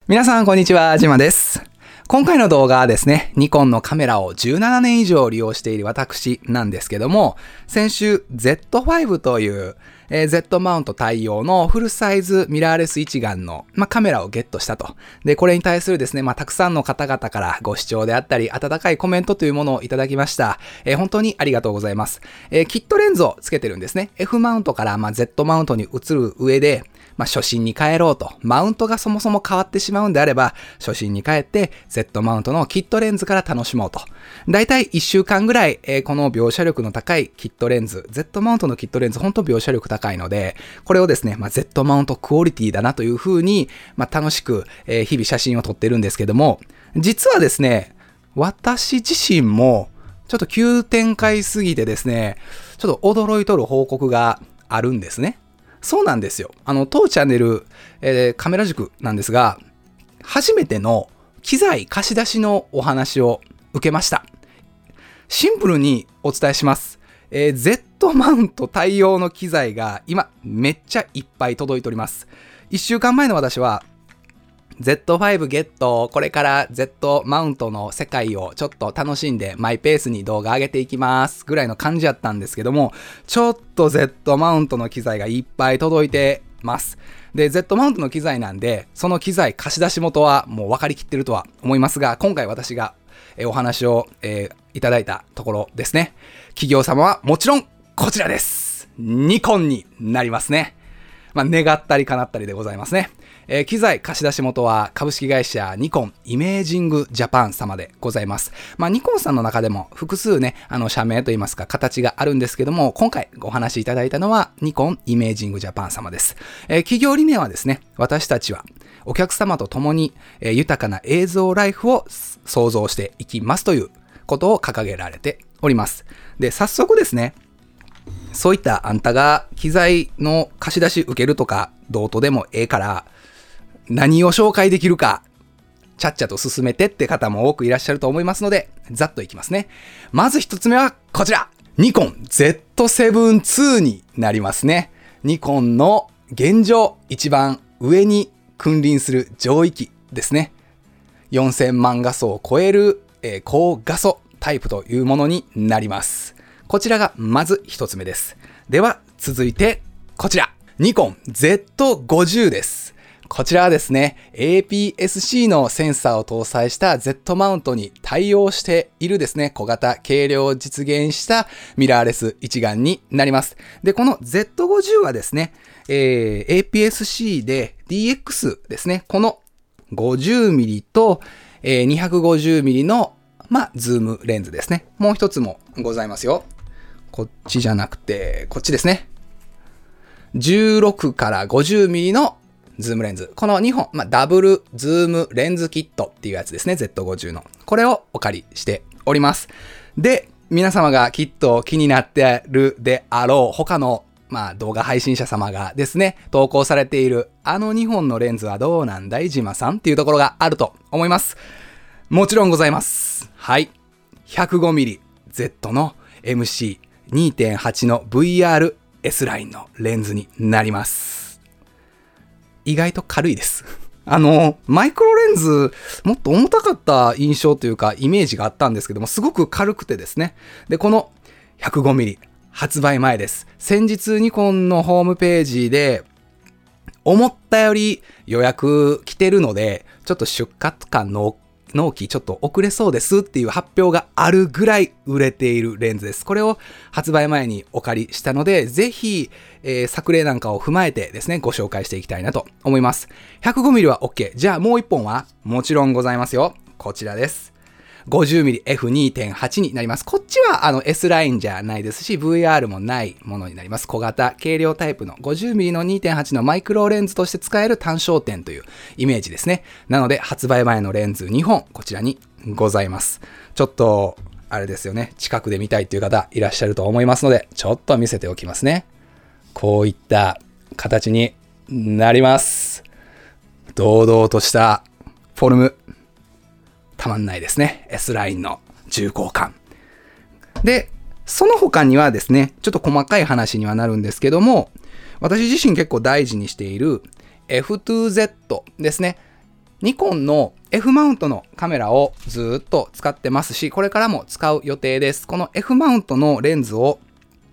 皆さんこんにちは、じまです。今回の動画はですね、ニコンのカメラを17年以上利用している私なんですけども、先週 Z5 という、Z マウント対応のフルサイズミラーレス一眼の、カメラをゲットしたと。で、これに対するですね、たくさんの方々からご視聴であったり、温かいコメントというものをいただきました。本当にありがとうございます。キットレンズをつけてるんですね。F マウントから、Z マウントに移る上で、初心に帰ろうと。マウントがそもそも変わってしまうんであれば、初心に帰って Z マウントのキットレンズから楽しもうと。だいたい1週間ぐらい、この描写力の高いキットレンズ、Z マウントのキットレンズ、本当描写力高いので、これをですね、Z マウントクオリティだなというふうに、楽しく、日々写真を撮ってるんですけども、実はですね、私自身も、ちょっと急展開すぎてですね、ちょっと驚いとる報告があるんですね。そうなんですよ。当チャンネル、カメラ塾なんですが、初めての機材貸し出しのお話を受けました。シンプルにお伝えします。Z マウント対応の機材が今めっちゃいっぱい届いております。1週間前の私は、Z5 ゲット、これから Z マウントの世界をちょっと楽しんでマイペースに動画上げていきますぐらいの感じだったんですけども、ちょっと Z マウントの機材がいっぱい届いてます。で、Z マウントの機材なんで、その機材貸し出し元はもう分かりきってるとは思いますが、今回私がお話をいただいたところですね。企業様はもちろんこちらです。ニコンになりますね。願ったり叶ったりでございますね。機材貸し出し元は株式会社ニコンイメージングジャパン様でございます。ニコンさんの中でも複数ね、社名といいますか形があるんですけども、今回お話しいただいたのはニコンイメージングジャパン様です。企業理念はですね、私たちはお客様と共に、豊かな映像ライフを創造していきますということを掲げられております。で、早速ですね、そういったあんたが機材の貸し出し受けるとかどうとでもええから何を紹介できるかちゃっちゃと進めてって方も多くいらっしゃると思いますので、ざっといきますね。まず一つ目はこちら、ニコン Z7 II になりますね。ニコンの現状一番上に君臨する上位機ですね。4000万画素を超える、高画素タイプというものになります。こちらがまず一つ目です。では続いてこちら、ニコン Z50 です。こちらはですね、APS-C のセンサーを搭載した Z マウントに対応しているですね、小型軽量を実現したミラーレス一眼になります。で、この Z50 はですね、APS-C で DX ですね、この 50mm と、250mm のズームレンズですね。もう一つもございますよ。こっちじゃなくて、こっちですね。16から 50mm のズームレンズ。この2本、ダブルズームレンズキットっていうやつですね。Z50 の。これをお借りしております。で、皆様がきっと気になってるであろう他の動画配信者様がですね、投稿されている2本のレンズはどうなんだいジマさんっていうところがあると思います。もちろんございます。はい。105mm Z の MC2.8 の VR S ラインのレンズになります。意外と軽いです。マイクロレンズ、もっと重たかった印象というかイメージがあったんですけども、すごく軽くてですね。で、この 105mm 発売前です。先日ニコンのホームページで思ったより予約来てるので、ちょっと出荷感の納期ちょっと遅れそうですっていう発表があるぐらい売れているレンズです。これを発売前にお借りしたので、ぜひ、作例なんかを踏まえてですね、ご紹介していきたいなと思います。105mm は OK。じゃあもう1本はもちろんございますよ。こちらです。50mm F2.8 になります。こっちはS ラインじゃないですし VR もないものになります。小型軽量タイプの 50mm の 2.8 のマイクロレンズとして使える単焦点というイメージですね。なので発売前のレンズ2本こちらにございます。ちょっとあれですよね、近くで見たいという方いらっしゃると思いますので、ちょっと見せておきますね。こういった形になります。堂々としたフォルムたまんないですね。S ラインの重厚感。で、その他にはですね、ちょっと細かい話にはなるんですけども、私自身結構大事にしている F2Z ですね。 ニコンの F マウントのカメラをずっと使ってますし、これからも使う予定です。この F マウントのレンズを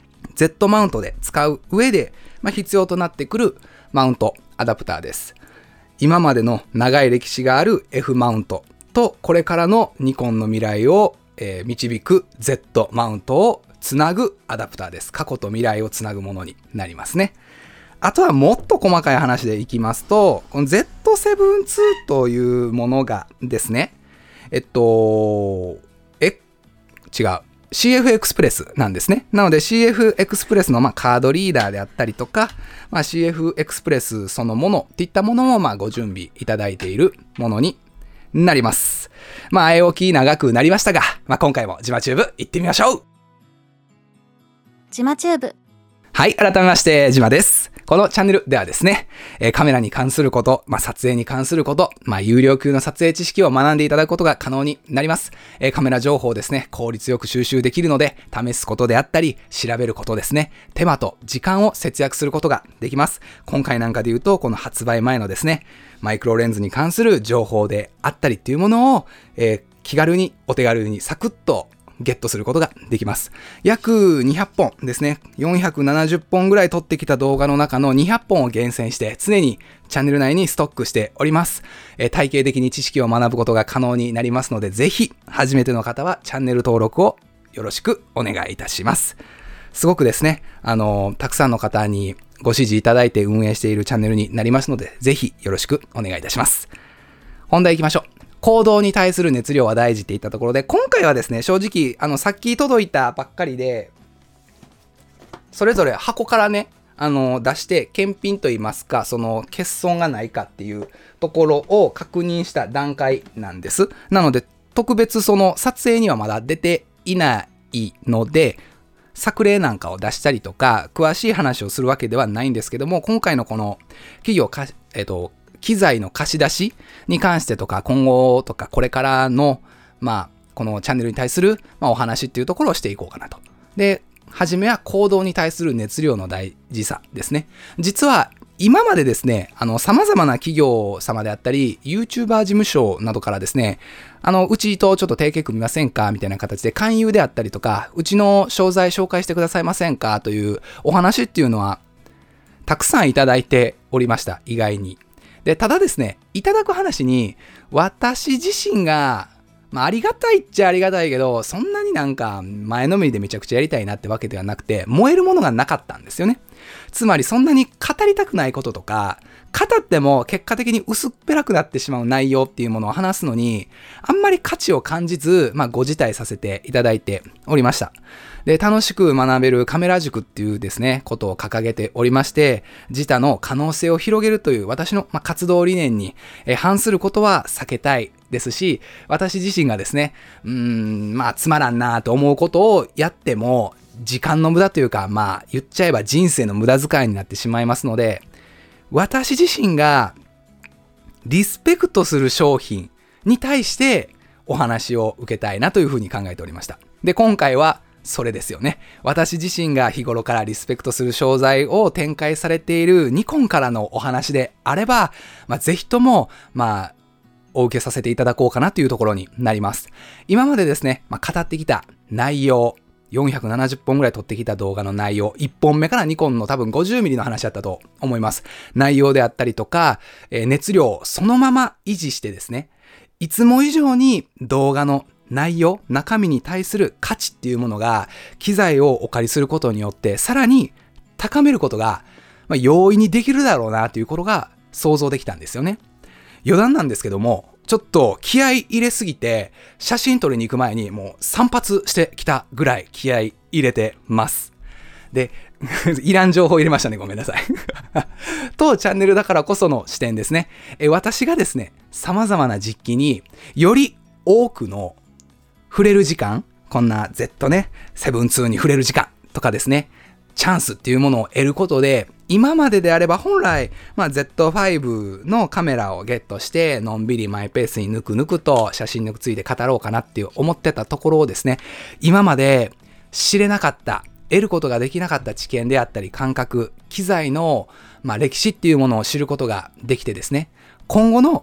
Z マウントで使う上で、必要となってくるマウントアダプターです。今までの長い歴史がある F マウントと、これからのニコンの未来を、導く Z マウントをつなぐアダプターです。過去と未来をつなぐものになりますね。あとはもっと細かい話でいきますと、この Z7 II というものがですね、違う。CF エクスプレスなんですね。なので CF エクスプレスのカードリーダーであったりとか、CF エクスプレスそのものっていったものもご準備いただいているものになります。前置き長くなりましたが、今回もジマチューブ行ってみましょう。 ジマチューブ。 はい、改めましてジマです。このチャンネルではですね、カメラに関すること、撮影に関すること、有料級の撮影知識を学んでいただくことが可能になります。カメラ情報をですね、効率よく収集できるので、試すことであったり、調べることですね、手間と時間を節約することができます。今回なんかで言うと、この発売前のですね、マイクロレンズに関する情報であったりっていうものを、気軽に、お手軽にサクッとゲットすることができます。約200本ですね。470本ぐらい撮ってきた動画の中の200本を厳選して常にチャンネル内にストックしております。体系的に知識を学ぶことが可能になりますので、ぜひ初めての方はチャンネル登録をよろしくお願いいたします。すごくですね、たくさんの方にご支持いただいて運営しているチャンネルになりますので、ぜひよろしくお願いいたします。本題行きましょう。行動に対する熱量は大事って言ったところで、今回はですね、正直、さっき届いたばっかりで、それぞれ箱からね、出して、検品といいますか、その欠損がないかっていうところを確認した段階なんです。なので、特別その撮影にはまだ出ていないので、作例なんかを出したりとか、詳しい話をするわけではないんですけども、今回のこの機材の貸し出しに関してとか、今後とかこれからの、このチャンネルに対する、お話っていうところをしていこうかなと。で、はじめは行動に対する熱量の大事さですね。実は今までですね、様々な企業様であったり、YouTuber 事務所などからですね、うちとちょっと提携組みませんかみたいな形で勧誘であったりとか、うちの商材紹介してくださいませんかというお話っていうのは、たくさんいただいておりました、意外に。で、ただですね、いただく話に、私自身が、ありがたいっちゃありがたいけど、そんなになんか前のめりでめちゃくちゃやりたいなってわけではなくて、燃えるものがなかったんですよね。つまりそんなに語りたくないこととか、語っても結果的に薄っぺらくなってしまう内容っていうものを話すのに、あんまり価値を感じず、ご辞退させていただいておりました。で、楽しく学べるカメラ塾っていうですね、ことを掲げておりまして、自他の可能性を広げるという私の活動理念に反することは避けたいですし、私自身がですね、つまらんなと思うことをやっても、時間の無駄というか、言っちゃえば人生の無駄遣いになってしまいますので、私自身がリスペクトする商品に対してお話を受けたいなというふうに考えておりました。で、今回はそれですよね。私自身が日頃からリスペクトする商材を展開されているニコンからのお話であれば、ぜひとも、お受けさせていただこうかなというところになります。今までですね、語ってきた内容、470本ぐらい撮ってきた動画の内容、1本目からニコンの多分 50mm の話だったと思います。内容であったりとか、熱量をそのまま維持してですね、いつも以上に動画の内容、中身に対する価値っていうものが、機材をお借りすることによって、さらに高めることが、容易にできるだろうなということが想像できたんですよね。余談なんですけども、ちょっと気合い入れすぎて、写真撮りに行く前にもう散髪してきたぐらい気合い入れてます。で、いらん情報入れましたね。ごめんなさい。当チャンネルだからこその視点ですね。私がですね、様々な実機により多くの触れる時間、こんな Z ね、7-2に触れる時間とかですね、チャンスっていうものを得ることで、今までであれば本来、Z5 のカメラをゲットして、のんびりマイペースにぬくぬくと写真のついて語ろうかなっていう思ってたところをですね、今まで知れなかった、得ることができなかった知見であったり感覚、機材の、歴史っていうものを知ることができてですね、今後の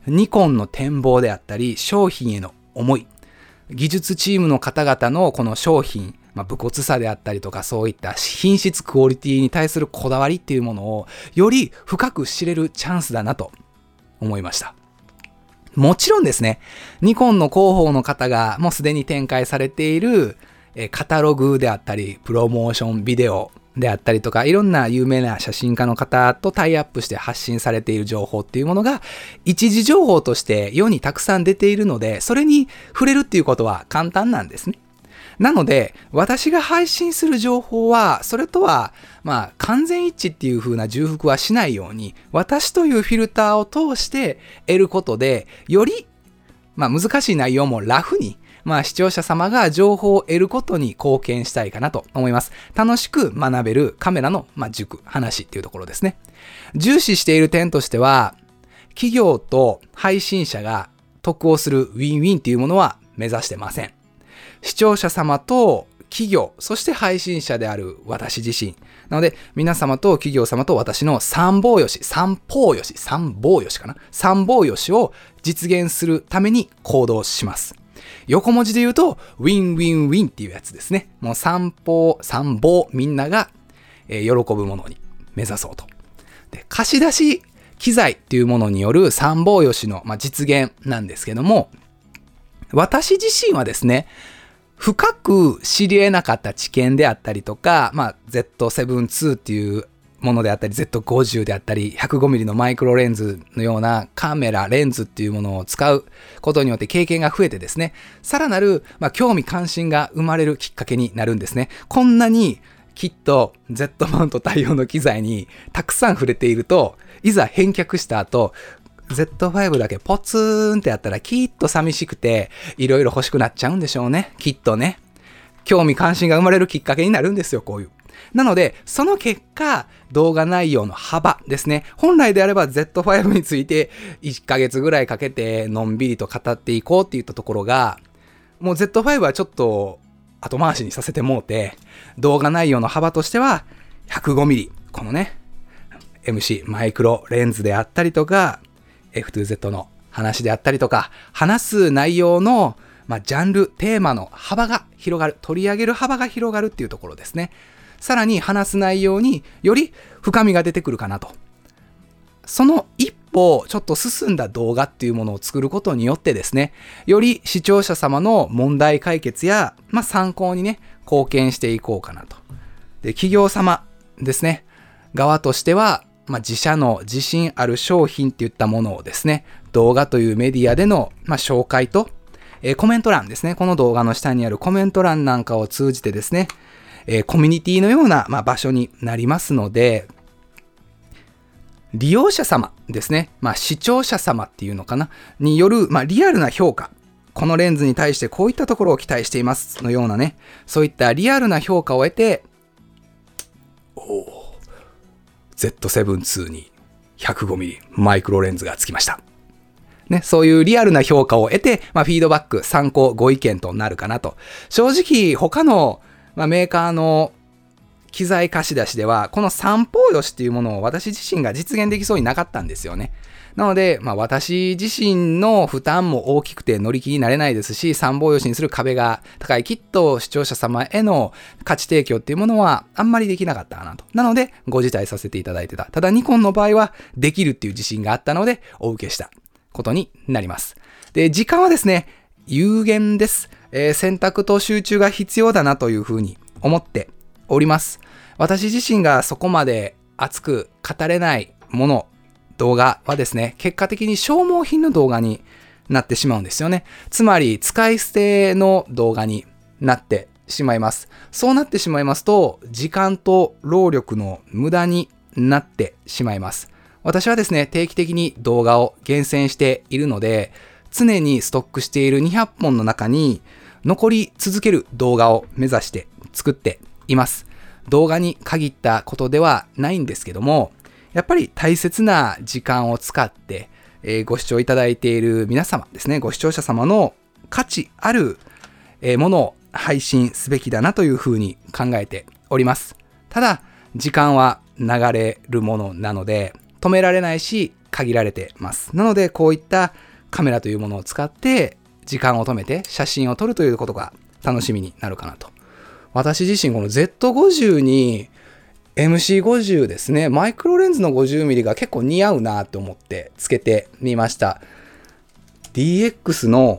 ニコンの展望であったり、商品への思い、技術チームの方々のこの商品、武骨さであったりとか、そういった品質クオリティに対するこだわりっていうものをより深く知れるチャンスだなと思いました。もちろんですね、ニコンの広報の方がもうすでに展開されているカタログであったり、プロモーションビデオであったりとか、いろんな有名な写真家の方とタイアップして発信されている情報っていうものが一時情報として世にたくさん出ているので、それに触れるっていうことは簡単なんですね。なので、私が配信する情報は、それとは、完全一致っていう風な重複はしないように、私というフィルターを通して得ることで、より、難しい内容もラフに、視聴者様が情報を得ることに貢献したいかなと思います。楽しく学べるカメラの、話っていうところですね。重視している点としては、企業と配信者が得をするウィンウィンっていうものは目指してません。視聴者様と企業、そして配信者である私自身。なので、皆様と企業様と私の三方よしを実現するために行動します。横文字で言うと、ウィンウィンウィンっていうやつですね。もう三方、みんなが喜ぶものに目指そうと。で、貸し出し機材っていうものによる三方よしの実現なんですけども、私自身はですね、深く知り得なかった知見であったりとか、Z7-2 っていうものであったり、Z50 であったり、105mm のマイクロレンズのようなカメラ、レンズっていうものを使うことによって経験が増えてですね、さらなる、興味関心が生まれるきっかけになるんですね。こんなにきっと Z マウント対応の機材にたくさん触れていると、いざ返却した後、Z5 だけポツーンってやったらきっと寂しくていろいろ欲しくなっちゃうんでしょうね。きっとね。興味関心が生まれるきっかけになるんですよ、こういう。なので、その結果、動画内容の幅ですね。本来であれば Z5 について1ヶ月ぐらいかけてのんびりと語っていこうっていったところが、もう Z5 はちょっと後回しにさせてもうて、動画内容の幅としては 105mm、このね、MC マイクロレンズであったりとか、F2Z の話であったりとか、話す内容の、ジャンル、テーマの幅が広がる、取り上げる幅が広がるっていうところですね。さらに話す内容により深みが出てくるかなと。その一歩ちょっと進んだ動画っていうものを作ることによってですね、より視聴者様の問題解決や、参考にね、貢献していこうかなと。で、企業様ですね、側としては、自社の自信ある商品っていったものをですね、動画というメディアでの、紹介と、コメント欄ですね、この動画の下にあるコメント欄なんかを通じてですね、コミュニティのような、場所になりますので、利用者様ですね、視聴者様っていうのかな、による、リアルな評価、このレンズに対してこういったところを期待していますのようなね、そういったリアルな評価を得て、Z7-2 に 105mm マイクロレンズがつきました。ね、そういうリアルな評価を得て、フィードバック、参考、ご意見となるかなと。正直、他の、メーカーの機材貸し出しでは、この三方よしっていうものを私自身が実現できそうになかったんですよね。なので、私自身の負担も大きくて乗り気になれないですし、三方よしにする壁が高い。きっと視聴者様への価値提供っていうものはあんまりできなかったなと。なので、ご辞退させていただいてた。ただ、ニコンの場合はできるっていう自信があったので、お受けしたことになります。で、時間はですね、有限です。選択と集中が必要だなというふうに思っております。私自身がそこまで熱く語れないもの、動画はですね、結果的に消耗品の動画になってしまうんですよね。つまり、使い捨ての動画になってしまいます。そうなってしまいますと、時間と労力の無駄になってしまいます。私はですね、定期的に動画を厳選しているので、常にストックしている200本の中に、残り続ける動画を目指して作っています。動画に限ったことではないんですけども、やっぱり大切な時間を使って、ご視聴いただいている皆様ですね、ご視聴者様の価値あるものを配信すべきだなというふうに考えております。ただ、時間は流れるものなので、止められないし、 限られてます。なのでこういったカメラというものを使って時間を止めて写真を撮るということが楽しみになるかなと。私自身この Z50 に MC50 ですね、マイクロレンズの 50mm が結構似合うなと思ってつけてみました。 DX の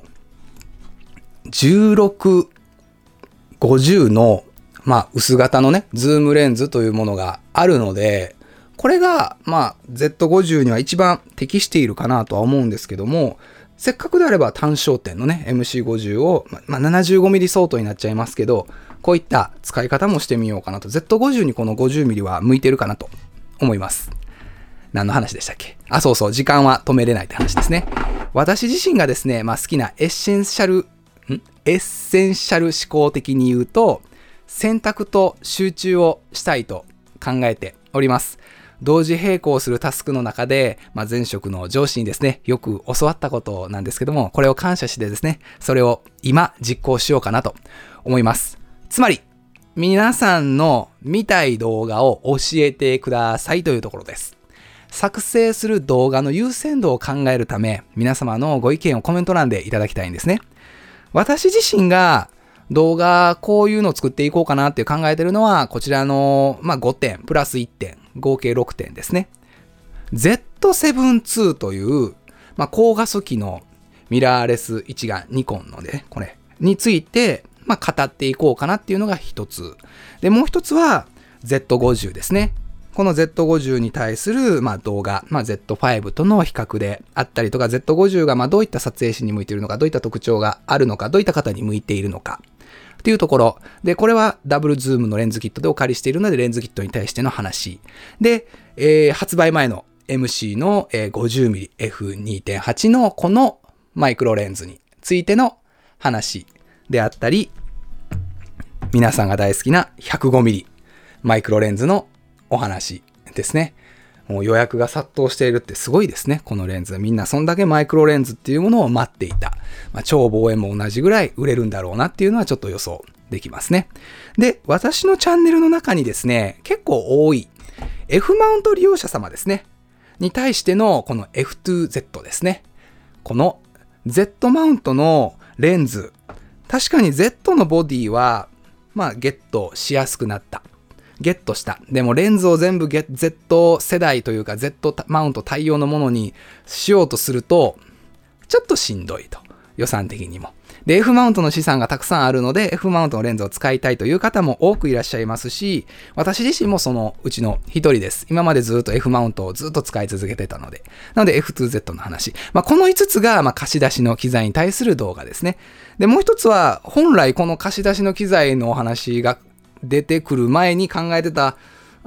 1650の薄型のねズームレンズというものがあるので、これがZ50 には一番適しているかなとは思うんですけども、せっかくであれば単焦点のね MC50 を、75mm 相当になっちゃいますけど、こういった使い方もしてみようかなと。 Z50 にこの 50mm は向いてるかなと思います。何の話でしたっけ？そうそう、時間は止めれないって話ですね。私自身がですね、好きなエッセンシャル思考的に言うと、選択と集中をしたいと考えております。同時並行するタスクの中で、前職の上司にですね、よく教わったことなんですけども、これを感謝してですね、それを今実行しようかなと思います。つまり、皆さんの見たい動画を教えてくださいというところです。作成する動画の優先度を考えるため、皆様のご意見をコメント欄でいただきたいんですね。私自身が動画こういうのを作っていこうかなって考えてるのは、こちらの5点プラス1点合計6点ですね。 Z7 II という高画素機のミラーレス一眼ニコンのね、これについて語っていこうかなっていうのが一つで、もう一つは Z50 ですね。この Z50 に対する動画、Z5 との比較であったりとか、Z50 がどういった撮影紙に向いているのか、どういった特徴があるのか、どういった方に向いているのかっていうところで、これはダブルズームのレンズキットでお借りしているので、レンズキットに対しての話で、発売前の MC の 50mm F2.8 のこのマイクロレンズについての話であったり、皆さんが大好きな 105mm マイクロレンズのお話ですね。もう予約が殺到しているってすごいですね。このレンズ。みんなそんだけマイクロレンズっていうものを待っていた。超望遠も同じぐらい売れるんだろうなっていうのはちょっと予想できますね。で、私のチャンネルの中にですね、結構多い F マウント利用者様ですね。に対してのこの F2Z ですね。この Z マウントのレンズ。確かに Z のボディは、ゲットしやすくなった。ゲットした。でもレンズを全部Z 世代というか Z マウント対応のものにしようとすると、ちょっとしんどいと。予算的にも。で、F マウントの資産がたくさんあるので、F マウントのレンズを使いたいという方も多くいらっしゃいますし、私自身もそのうちの一人です。今までずっと F マウントをずっと使い続けてたので。なので F2Z の話。この5つが貸し出しの機材に対する動画ですね。で、もう一つは、本来この貸し出しの機材のお話が出てくる前に考えてた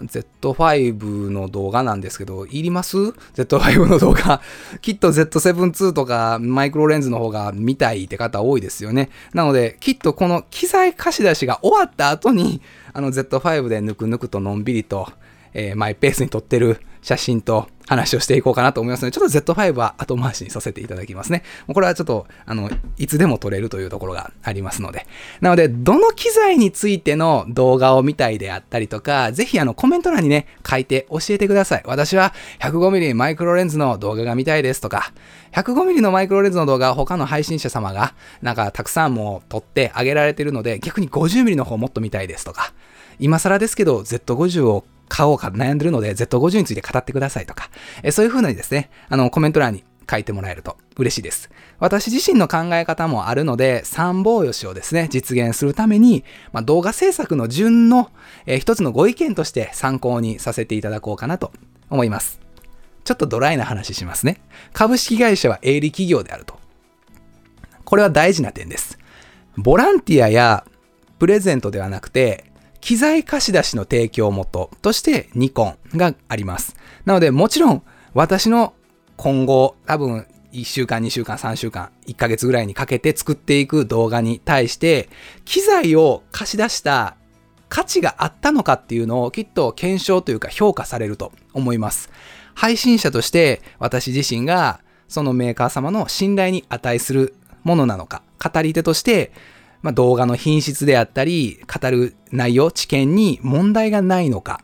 Z5 の動画なんですけど、いります？ Z5 の動画。きっと Z7 II とかマイクロレンズの方が見たいって方多いですよね。なので、きっとこの機材貸し出しが終わった後に、Z5 でぬくぬくとのんびりと、マイペースに撮ってる写真と話をしていこうかなと思いますので、ちょっと Z5 は後回しにさせていただきますね。これはちょっと、いつでも撮れるというところがありますので。なので、どの機材についての動画を見たいであったりとか、ぜひコメント欄にね、書いて教えてください。私は 105mm マイクロレンズの動画が見たいですとか、105mm のマイクロレンズの動画は他の配信者様がたくさんも撮ってあげられてるので、逆に 50mm の方もっと見たいですとか、今更ですけど Z50 を買おうか悩んでるので Z50 について語ってくださいとか、そういう風にですね、コメント欄に書いてもらえると嬉しいです。私自身の考え方もあるので、三方よしをですね、実現するために、動画制作の順の、一つのご意見として参考にさせていただこうかなと思います。ちょっとドライな話しますね。株式会社は営利企業であると。これは大事な点です。ボランティアやプレゼントではなくて、機材貸し出しの提供元としてニコンがあります。なのでもちろん私の今後多分1週間、2週間、3週間、1ヶ月ぐらいにかけて作っていく動画に対して機材を貸し出した価値があったのかっていうのをきっと検証というか評価されると思います。配信者として私自身がそのメーカー様の信頼に値するものなのか、語り手として動画の品質であったり、語る内容、知見に問題がないのか、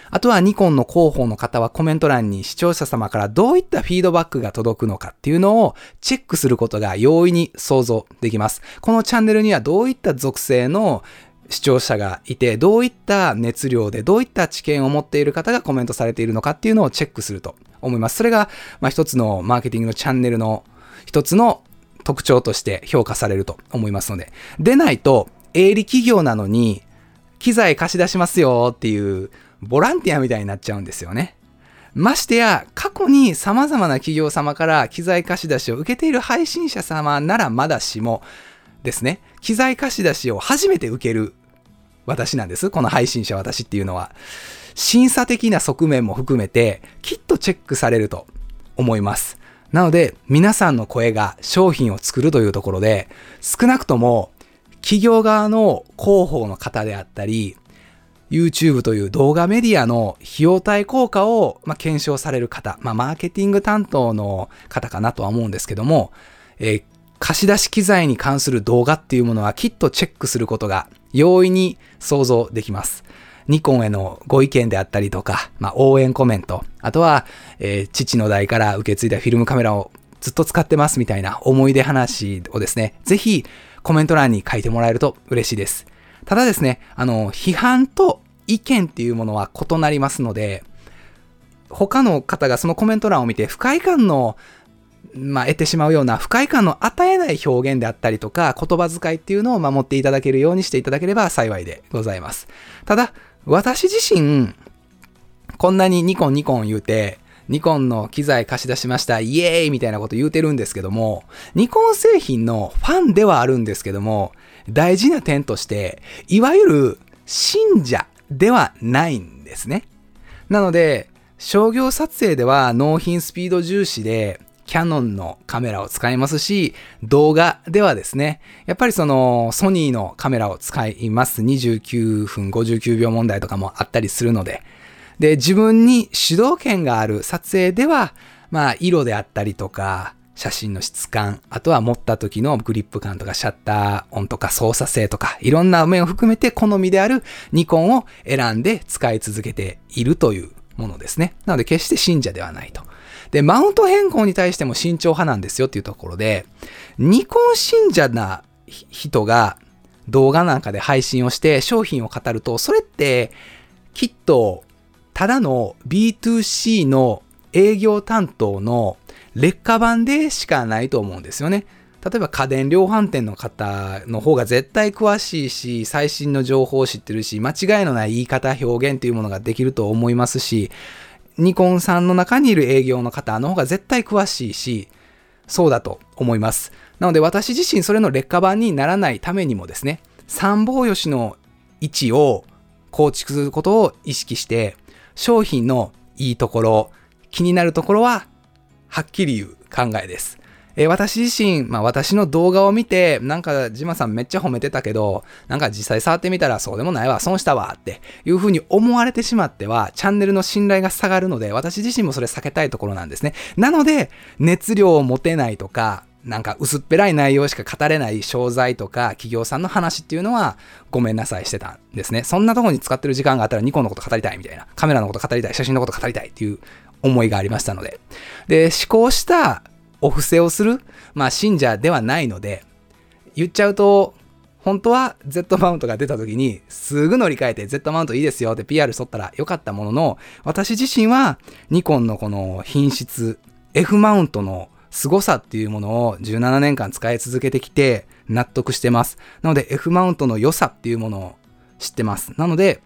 あとはニコンの広報の方はコメント欄に視聴者様からどういったフィードバックが届くのかっていうのをチェックすることが容易に想像できます。このチャンネルにはどういった属性の視聴者がいて、どういった熱量でどういった知見を持っている方がコメントされているのかっていうのをチェックすると思います。それが一つのマーケティングのチャンネルの一つの特徴として評価されると思いますので。でないと、営利企業なのに機材貸し出しますよっていうボランティアみたいになっちゃうんですよね。ましてや、過去に様々な企業様から機材貸し出しを受けている配信者様ならまだしもですね、機材貸し出しを初めて受ける私なんです。この配信者私っていうのは。審査的な側面も含めてきっとチェックされると思います。なので、皆さんの声が商品を作るというところで、少なくとも企業側の広報の方であったり、YouTube という動画メディアの費用対効果を検証される方、マーケティング担当の方かなとは思うんですけども、貸し出し機材に関する動画っていうものはきっとチェックすることが容易に想像できます。ニコンへのご意見であったりとか、応援コメント、あとは、父の代から受け継いだフィルムカメラをずっと使ってますみたいな思い出話をですね、ぜひコメント欄に書いてもらえると嬉しいです。ただですね、批判と意見っていうものは異なりますので、他の方がそのコメント欄を見て不快感の得てしまうような不快感の与えない表現であったりとか言葉遣いっていうのを守っていただけるようにしていただければ幸いでございます。ただ私自身こんなにニコン言うてニコンの機材貸し出しましたイエーイみたいなこと言うてるんですけども、ニコン製品のファンではあるんですけども、大事な点としていわゆる信者ではないんですね。なので商業撮影では納品スピード重視でキャノンのカメラを使いますし、動画ではですね、やっぱりそのソニーのカメラを使います。29分59秒問題とかもあったりするので。で、自分に主導権がある撮影では、色であったりとか、写真の質感、あとは持った時のグリップ感とかシャッター音とか操作性とか、いろんな面を含めて好みであるニコンを選んで使い続けているというものですね。なので決して信者ではないと。で、マウント変更に対しても慎重派なんですよっていうところで、ニコン信者な人が動画なんかで配信をして商品を語ると、それってきっとただの B2C の営業担当の劣化版でしかないと思うんですよね。例えば家電量販店の方の方が絶対詳しいし、最新の情報を知ってるし、間違いのない言い方、表現というものができると思いますし、ニコンさんの中にいる営業の方の方が絶対詳しいし、そうだと思います。なので私自身それの劣化版にならないためにもですね、三方よしの位置を構築することを意識して、商品のいいところ、気になるところははっきり言う考えです。私自身、私の動画を見て、なんかジマさんめっちゃ褒めてたけど、なんか実際触ってみたらそうでもないわ、損したわっていう風に思われてしまっては、チャンネルの信頼が下がるので、私自身もそれ避けたいところなんですね。なので、熱量を持てないとか、なんか薄っぺらい内容しか語れない商材とか企業さんの話っていうのはごめんなさいしてたんですね。そんなところに使ってる時間があったらニコンのこと語りたいみたいな、カメラのこと語りたい、写真のこと語りたいっていう思いがありましたので。で、思考したお布施をする、信者ではないので、言っちゃうと、本当は Z マウントが出た時にすぐ乗り換えて Z マウントいいですよって PR しとったらよかったものの、私自身はニコンのこの品質、F マウントの凄さっていうものを17年間使い続けてきて納得してます。なので F マウントの良さっていうものを知ってます。なので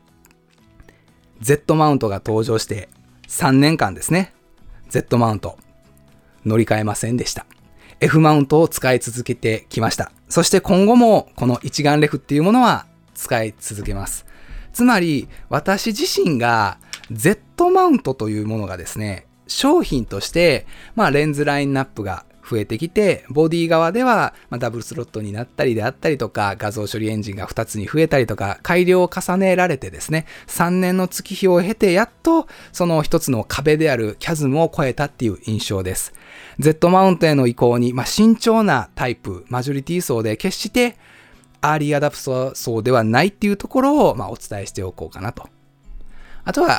Z マウントが登場して3年間ですね、Z マウント乗り換えませんでした。F マウントを使い続けてきました。そして今後もこの一眼レフっていうものは使い続けます。つまり私自身が Z マウントというものがですね、商品としてレンズラインナップが増えてきて、ボディ側ではダブルスロットになったりであったりとか、画像処理エンジンが2つに増えたりとか、改良を重ねられてですね、3年の月日を経てやっとその一つの壁であるキャズムを超えたっていう印象です。Z マウントへの移行に、慎重なタイプ、マジョリティ層で決してアーリーアダプト層ではないっていうところをお伝えしておこうかなと。あとは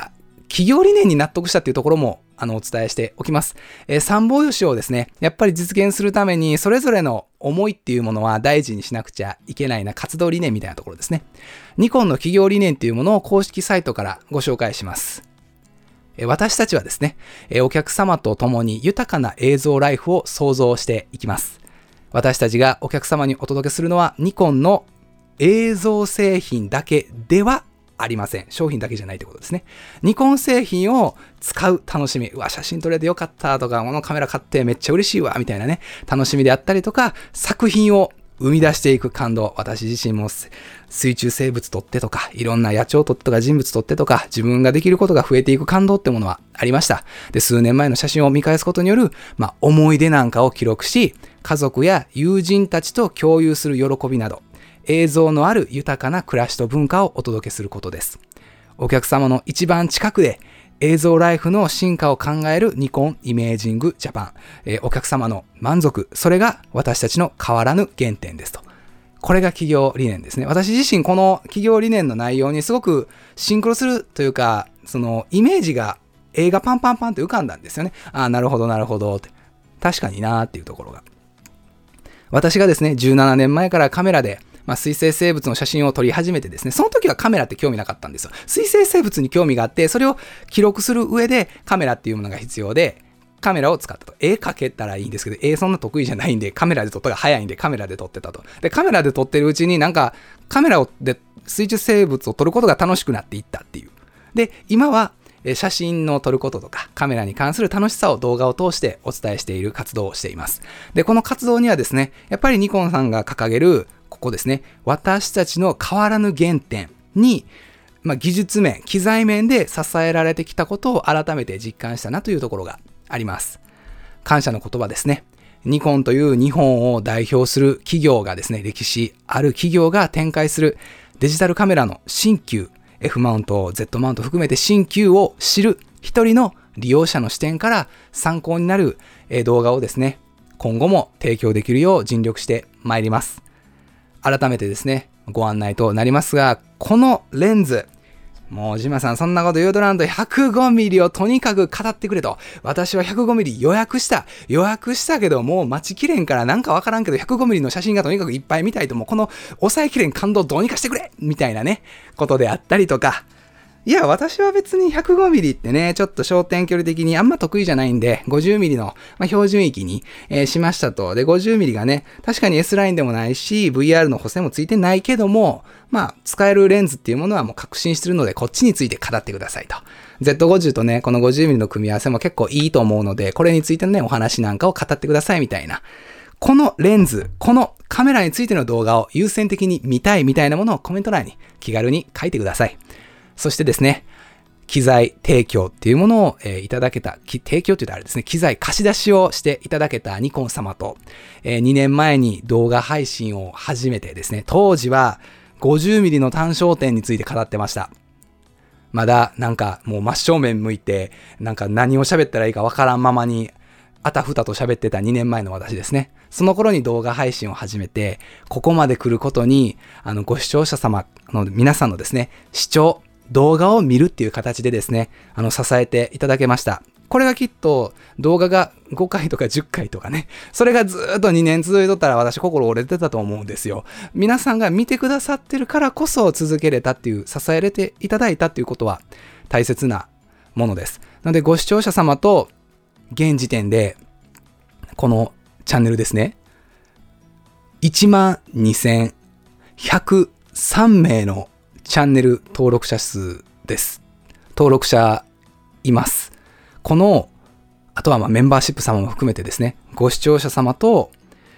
企業理念に納得したっていうところもお伝えしておきます。三方よしをですね、やっぱり実現するためにそれぞれの思いっていうものは大事にしなくちゃいけないな、活動理念みたいなところですね。ニコンの企業理念っていうものを公式サイトからご紹介します。私たちはですね、お客様と共に豊かな映像ライフを創造していきます。私たちがお客様にお届けするのはニコンの映像製品だけではありません。商品だけじゃないということですね。ニコン製品を使う楽しみ、うわ、写真撮れてよかったとか、このカメラ買ってめっちゃ嬉しいわみたいなね、楽しみであったりとか、作品を生み出していく感動。私自身も水中生物撮ってとか、いろんな野鳥撮ってとか人物撮ってとか、自分ができることが増えていく感動ってものはありました。で、数年前の写真を見返すことによる、思い出なんかを記録し、家族や友人たちと共有する喜びなど、映像のある豊かな暮らしと文化をお届けすることです。お客様の一番近くで映像ライフの進化を考えるニコンイメージングジャパン。お客様の満足、それが私たちの変わらぬ原点ですと。これが企業理念ですね。私自身この企業理念の内容にすごくシンクロするというか、そのイメージが映画パンパンパンって浮かんだんですよね。なるほどなるほどって。確かになーっていうところが。私がですね、17年前からカメラで水生生物の写真を撮り始めてですね、その時はカメラって興味なかったんですよ。水生生物に興味があって、それを記録する上でカメラっていうものが必要で、カメラを使ったと。絵描けたらいいんですけど、そんな得意じゃないんで、カメラで撮ったが早いんでカメラで撮ってたと。で、カメラで撮ってるうちにカメラで水中生物を撮ることが楽しくなっていったっていう。で、今は写真を撮ることとかカメラに関する楽しさを動画を通してお伝えしている活動をしています。で、この活動にはですね、やっぱりニコンさんが掲げるここですね、私たちの変わらぬ原点に、技術面、機材面で支えられてきたことを改めて実感したなというところがあります。感謝の言葉ですね。ニコンという日本を代表する企業がですね、歴史ある企業が展開するデジタルカメラの新旧、F マウント、Z マウント含めて新旧を知る一人の利用者の視点から参考になる動画をですね、今後も提供できるよう尽力してまいります。改めてですね、ご案内となりますが、このレンズ、もうジマさんそんなこと言うとらんと 105mm をとにかく語ってくれと。私は 105mm 予約したけどもう待ちきれんからなんかわからんけど 105mm の写真がとにかくいっぱい見たいと、もうこの抑えきれん感動どうにかしてくれみたいなね、ことであったりとか、いや、私は別に 105mm ってね、ちょっと焦点距離的にあんま得意じゃないんで、50mm の、標準域に、しましたと。で、50mm がね、確かに S ラインでもないし、VR の補正もついてないけども、使えるレンズっていうものはもう確信してるので、こっちについて語ってくださいと。Z50 とね、この 50mm の組み合わせも結構いいと思うので、これについてのね、お話なんかを語ってくださいみたいな。このレンズ、このカメラについての動画を優先的に見たいみたいなものをコメント欄に気軽に書いてください。そしてですね、機材提供っていうものを、いただけた、提供って言うとあれですね、機材貸し出しをしていただけたニコン様と、2年前に動画配信を始めてですね、当時は 50mm の単焦点について語ってました。まだもう真正面向いて、何を喋ったらいいかわからんままに、あたふたと喋ってた2年前の私ですね。その頃に動画配信を始めて、ここまで来ることに、ご視聴者様の皆さんのですね、視聴、動画を見るっていう形でですね、支えていただけました。これがきっと動画が5回とか10回とかね、それがずっと2年続いとったら私心折れてたと思うんですよ。皆さんが見てくださってるからこそ続けれたっていう、支えれていただいたっていうことは大切なものです。なのでご視聴者様と現時点でこのチャンネルですね、12,103 名のチャンネル登録者数です。登録者います。あとはメンバーシップ様も含めてですね、ご視聴者様と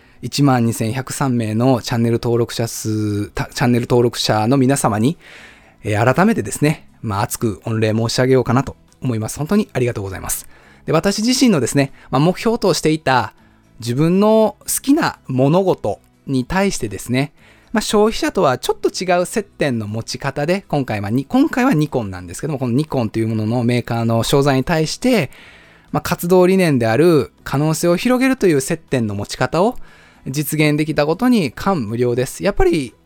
12,103 名のチャンネル登録者の皆様に、改めてですね、熱く御礼申し上げようかなと思います。本当にありがとうございます。で、私自身のですね、目標としていた自分の好きな物事に対してですね、消費者とはちょっと違う接点の持ち方で、今回はニコンなんですけども、このニコンというもののメーカーの商材に対して、活動理念である可能性を広げるという接点の持ち方を実現できたことに感無量です。やっぱり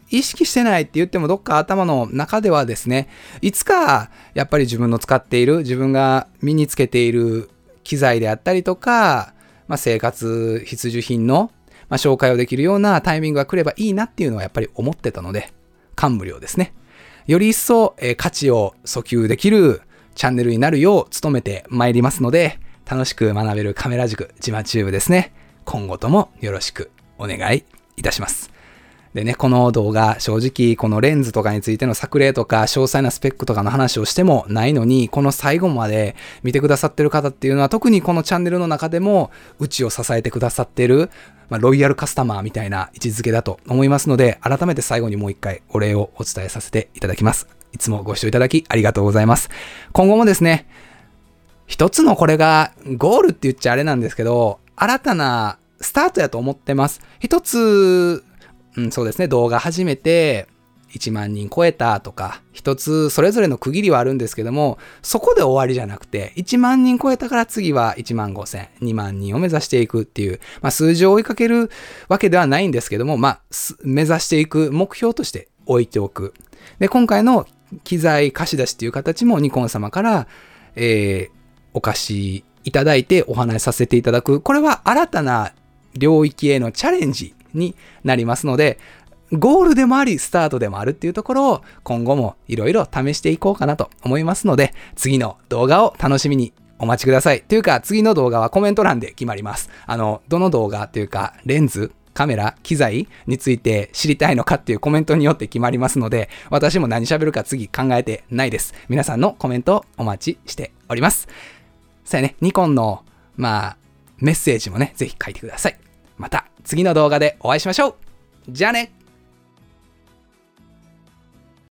意識してないって言ってもどっか頭の中ではですね、いつかやっぱり自分の使っている、自分が身につけている機材であったりとか、生活必需品の、紹介をできるようなタイミングが来ればいいなっていうのはやっぱり思ってたので、感無量ですね。より一層、価値を訴求できるチャンネルになるよう努めてまいりますので、楽しく学べるカメラ塾ジマチューブですね。今後ともよろしくお願いいたします。でね、この動画、正直このレンズとかについての作例とか詳細なスペックとかの話をしてもないのに、この最後まで見てくださってる方っていうのは、特にこのチャンネルの中でもうちを支えてくださってる、ロイヤルカスタマーみたいな位置づけだと思いますので、改めて最後にもう一回お礼をお伝えさせていただきます。いつもご視聴いただきありがとうございます。今後もですね、一つのこれがゴールって言っちゃあれなんですけど、新たなスタートやと思ってます。一つ、そうですね、動画始めて1万人超えたとか、一つそれぞれの区切りはあるんですけども、そこで終わりじゃなくて、1万人超えたから次は1万5,000、2万人を目指していくっていう、数字を追いかけるわけではないんですけども、目指していく目標として置いておく。で、今回の機材貸し出しっていう形もニコン様から、お貸しいただいてお話しさせていただく。これは新たな領域へのチャレンジになりますので、ゴールでもありスタートでもあるっていうところを今後もいろいろ試していこうかなと思いますので、次の動画を楽しみにお待ちください。というか、次の動画はコメント欄で決まります。どの動画というか、レンズ、カメラ、機材について知りたいのかっていうコメントによって決まりますので、私も何喋るか次考えてないです。皆さんのコメントをお待ちしております。さあね、ニコンのメッセージもね、ぜひ書いてください。また次の動画でお会いしましょう。じゃあね。